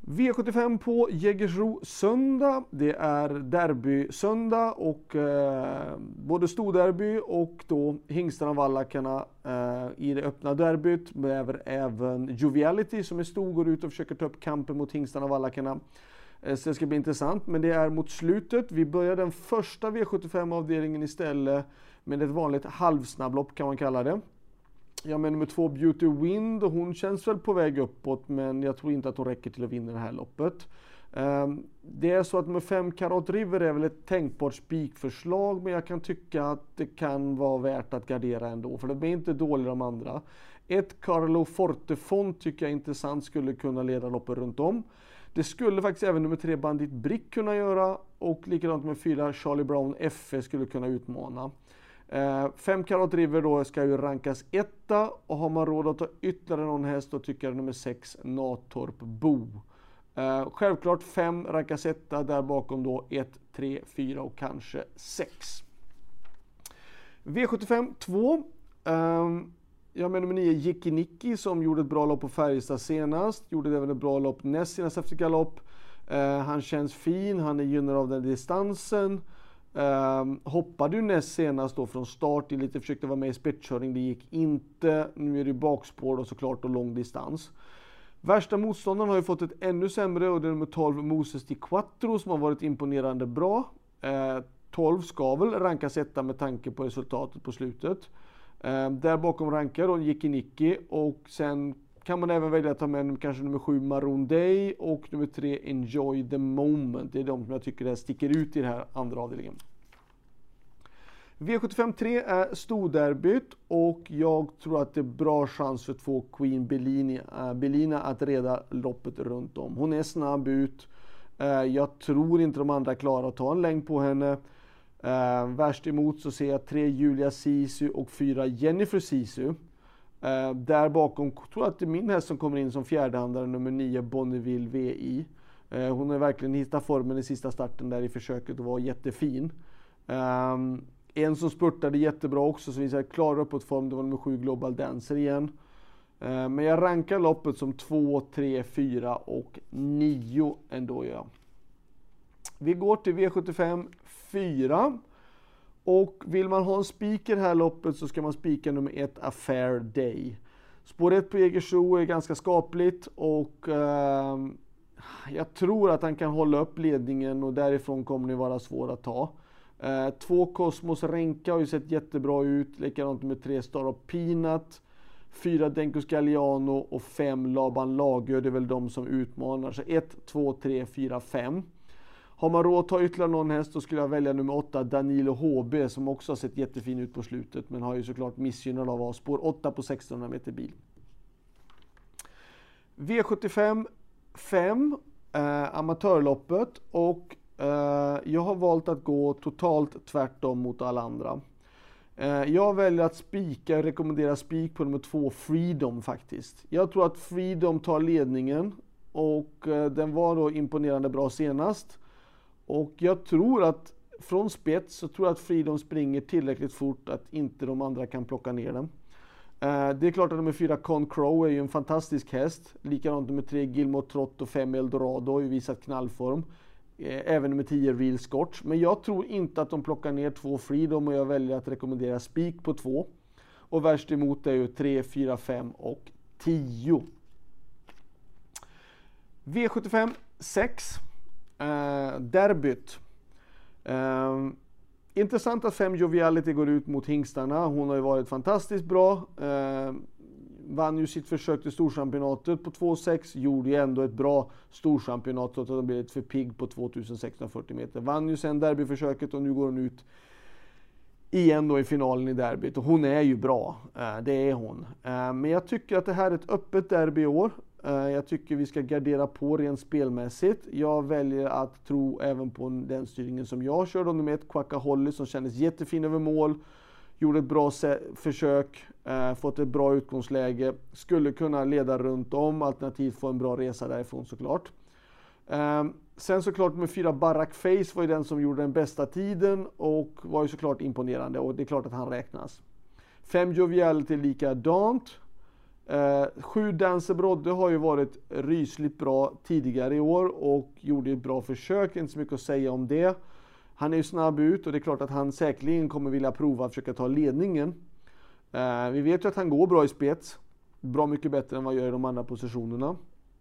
V75 på Jägersro söndag. Det är derby söndag och både storderby och då hingstarna och vallakarna i det öppna derbyt. Men även Joviality som är stor går ut och försöker ta upp kampen mot hingstarna och vallakarna. Så det ska bli intressant, men det är mot slutet. Vi börjar den första V75-avdelningen istället med ett vanligt halvsnabblopp kan man kalla det. Ja, men nummer 2 Beauty Wind, och hon känns väl på väg uppåt, men jag tror inte att hon räcker till att vinna det här loppet. Det är så att nummer 5 Karat River är väl ett tänkbart spikförslag, men jag kan tycka att det kan vara värt att gardera ändå, för det blir inte dåligt de andra. Ett Carlo Fortefont tycker jag intressant skulle kunna leda loppet runt om. Det skulle faktiskt även nummer 3 Bandit Brick kunna göra, och likadant med 4 Charlie Brown FE skulle kunna utmana. 5 Karat River då ska ju rankas etta, och har man råd att ta ytterligare någon häst då tycker jag nummer 6 Natorp Bo. Självklart 5 rankas etta, där bakom då 1, 3, 4 och kanske 6. V75 2. Jag menar nummer 9 Jicki Nicki som gjorde ett bra lopp på Färjestad senast. Gjorde även ett bra lopp näst senast efter galopp. Han känns fin, han är gynnad av den distansen. Hoppade ju näst senast då från start i lite, försökte vara med i spetskörning, det gick inte. Nu är det bakspår och såklart och lång distans. Värsta motståndaren har ju fått ett ännu sämre, och det är nummer 12 Moses Di Quattro som har varit imponerande bra. 12 ska väl rankas etta med tanke på resultatet på slutet. Där bakom rankar då Jicki Nicki, och sen kan man även välja att ta med kanske nummer 7 Maroon Day och nummer 3 Enjoy the Moment. Det är de som jag tycker det sticker ut i den här andra avdelningen. V75 3 är storderbyt, och jag tror att det är bra chans för 2 Queen Bellina att reda loppet runt om. Hon är snabb ut. Jag tror inte de andra klarar att ta en längd på henne. Värst emot så ser jag 3 Julia Sisu och 4 Jennifer Sisu. Där bakom tror jag att det är min häst som kommer in som fjärdehandare, nummer 9 Bonneville VI. Hon har verkligen hittat formen i sista starten där i försöket och var jättefin. En som spurtade jättebra också, så visar klar uppåt form, det var nummer 7 Global Dancer igen. Men jag rankar loppet som 2, 3, 4 och 9 ändå. Ja. Vi går till V75 4. Och vill man ha en spiker här loppet så ska man spika nummer 1 A Fair Day. Spår 1 på Jägersro är ganska skapligt, och jag tror att han kan hålla upp ledningen, och därifrån kommer det vara svårt att ta. 2 Cosmos Renka har ju sett jättebra ut, likadant med 3 Star of Peanut, 4 Denkus Galliano och 5 Laban Lagö, det är väl de som utmanar. Så 1, 2, 3, 4, 5. Har man råd att ta ytterligare någon häst, då skulle jag välja nummer 8 Danilo HB som också har sett jättefin ut på slutet, men har ju såklart missgynnad av att spår 8 på 1600 meter bil. V75 5 amatörloppet, och jag har valt att gå totalt tvärtom mot alla andra. Jag väljer att rekommendera spik på nummer 2 Freedom faktiskt. Jag tror att Freedom tar ledningen, och den var då imponerande bra senast. Och jag tror att från spets så tror jag att Freedom springer tillräckligt fort att inte de andra kan plocka ner den. Det är klart att nummer 4 Con Crow är ju en fantastisk häst. Likadant nummer 3 Gilmore Trott och 5 Eldorado har ju visat knallform. Även nummer 10 Real Scotch. Men jag tror inte att de plockar ner 2 Freedom, och jag väljer att rekommendera spik på 2. Och värst emot är ju 3, 4, 5 och 10. V75 6. Derbyt. Intressant att 5 Joviality går ut mot hingstarna. Hon har ju varit fantastiskt bra. Vann ju sitt försök till storchampionatet på 2,6. Gjorde ju ändå ett bra storchampionat, så att de blev lite för pigg på 2640 meter. Vann ju sen derbyförsöket, och nu går hon ut igen då i finalen i derbyt. Och hon är ju bra. Det är hon. Men jag tycker att det här är ett öppet derby i år. Jag tycker vi ska gardera på rent spelmässigt. Jag väljer att tro även på den styrningen som jag körde nummer 1 Quacka Holly, som kändes jättefin över mål. Gjorde ett bra försök, fått ett bra utgångsläge. Skulle kunna leda runt om, alternativt få en bra resa därifrån såklart. Sen såklart med 4 Barack Face var ju den som gjorde den bästa tiden, och var ju såklart imponerande, och det är klart att han räknas. 5 Joviality likadant. 7 Dancer Brodde har ju varit rysligt bra tidigare i år och gjorde ett bra försök, inte så mycket att säga om det. Han är ju snabb ut och det är klart att han säkerligen kommer vilja prova att försöka ta ledningen. Vi vet ju att han går bra i spets, bra mycket bättre än vad gör i de andra positionerna.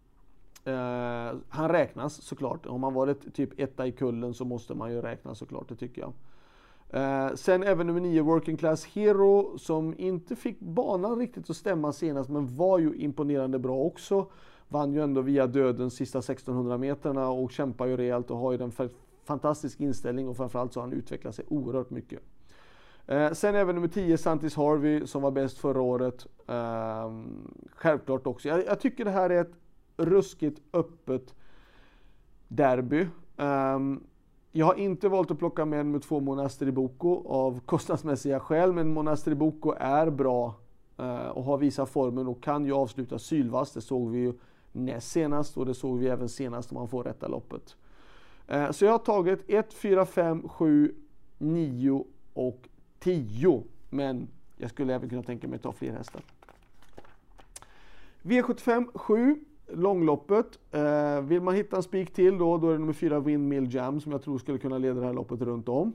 Han räknas såklart, om man varit typ etta i kullen så måste man ju räknas såklart, det tycker jag. Sen även nummer 9 Working Class Hero som inte fick banan riktigt att stämma senast men var ju imponerande bra också. Vann ju ändå via dödens sista 1600 meterna och kämpar ju rejält och har ju en fantastisk inställning och framförallt så har han utvecklat sig oerhört mycket. Sen även nummer 10 Santis Harvey som var bäst förra året. Självklart också. Jag tycker det här är ett ruskigt öppet derby. Jag har inte valt att plocka med 2 Monastery Boko av kostnadsmässiga skäl, men Monastery Boko är bra och har visat formen och kan ju avsluta sylvast. Det såg vi ju näst senast och det såg vi även senast om man får rätta loppet. Så jag har tagit 1, 4, 5, 7, 9 och 10, men jag skulle även kunna tänka mig att ta fler hästar. V75 7. Långloppet. Vill man hitta en spik till då är det nummer 4 Windmill Jam som jag tror skulle kunna leda det här loppet runt om.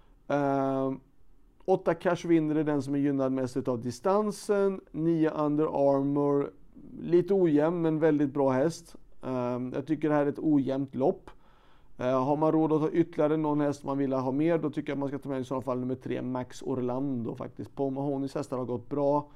8 Cash Winner är den som är gynnad mest av distansen. 9 Under Armour, lite ojämn men väldigt bra häst. Jag tycker det här är ett ojämnt lopp. Har man råd att ta ytterligare någon häst man vill ha mer, då tycker jag man ska ta med i sådana fall nummer 3 Max Orlando faktiskt. Paul Mahonis hästar har gått bra.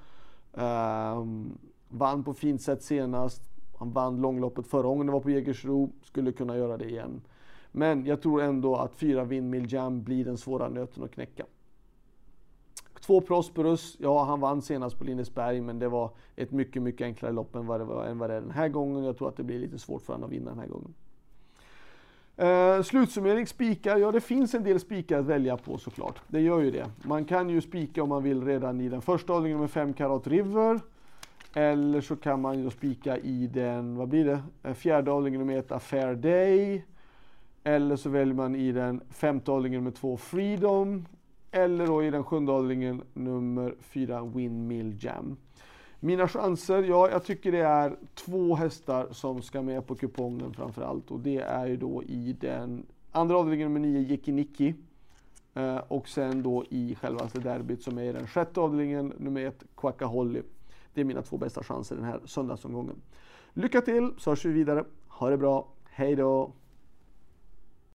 Vann på fint sätt senast. Han vann långloppet förra gången det var på Jägersro, skulle kunna göra det igen. Men jag tror ändå att 4 Windmill Jam blir den svåra nöten att knäcka. 2 Prosperous, ja han vann senast på Lindesberg men det var ett mycket, mycket enklare lopp än vad det är den här gången. Jag tror att det blir lite svårt för honom att vinna den här gången. Slutsummering, spikar, ja det finns en del spikar att välja på såklart. Det gör ju det. Man kan ju spika om man vill redan i den första avdelningen med 5 Karat River. Eller så kan man ju spika i den, vad blir det? Fjärde avdelningen med 1 Fair Day. Eller så väljer man i den femte avdelningen med 2 Freedom. Eller då i den sjunde avdelningen nummer 4 Windmill Jam. Mina chanser, ja jag tycker det är 2 hästar som ska med på kupongen framförallt. Och det är ju då i den andra avdelningen nummer 9 Yicky och sen då i självaste derbyt som är i den sjätte avdelningen nummer 1 Quackaholly. Det är mina 2 bästa chanser den här söndagsomgången. Lycka till så hörs vi vidare. Ha det bra. Hej då!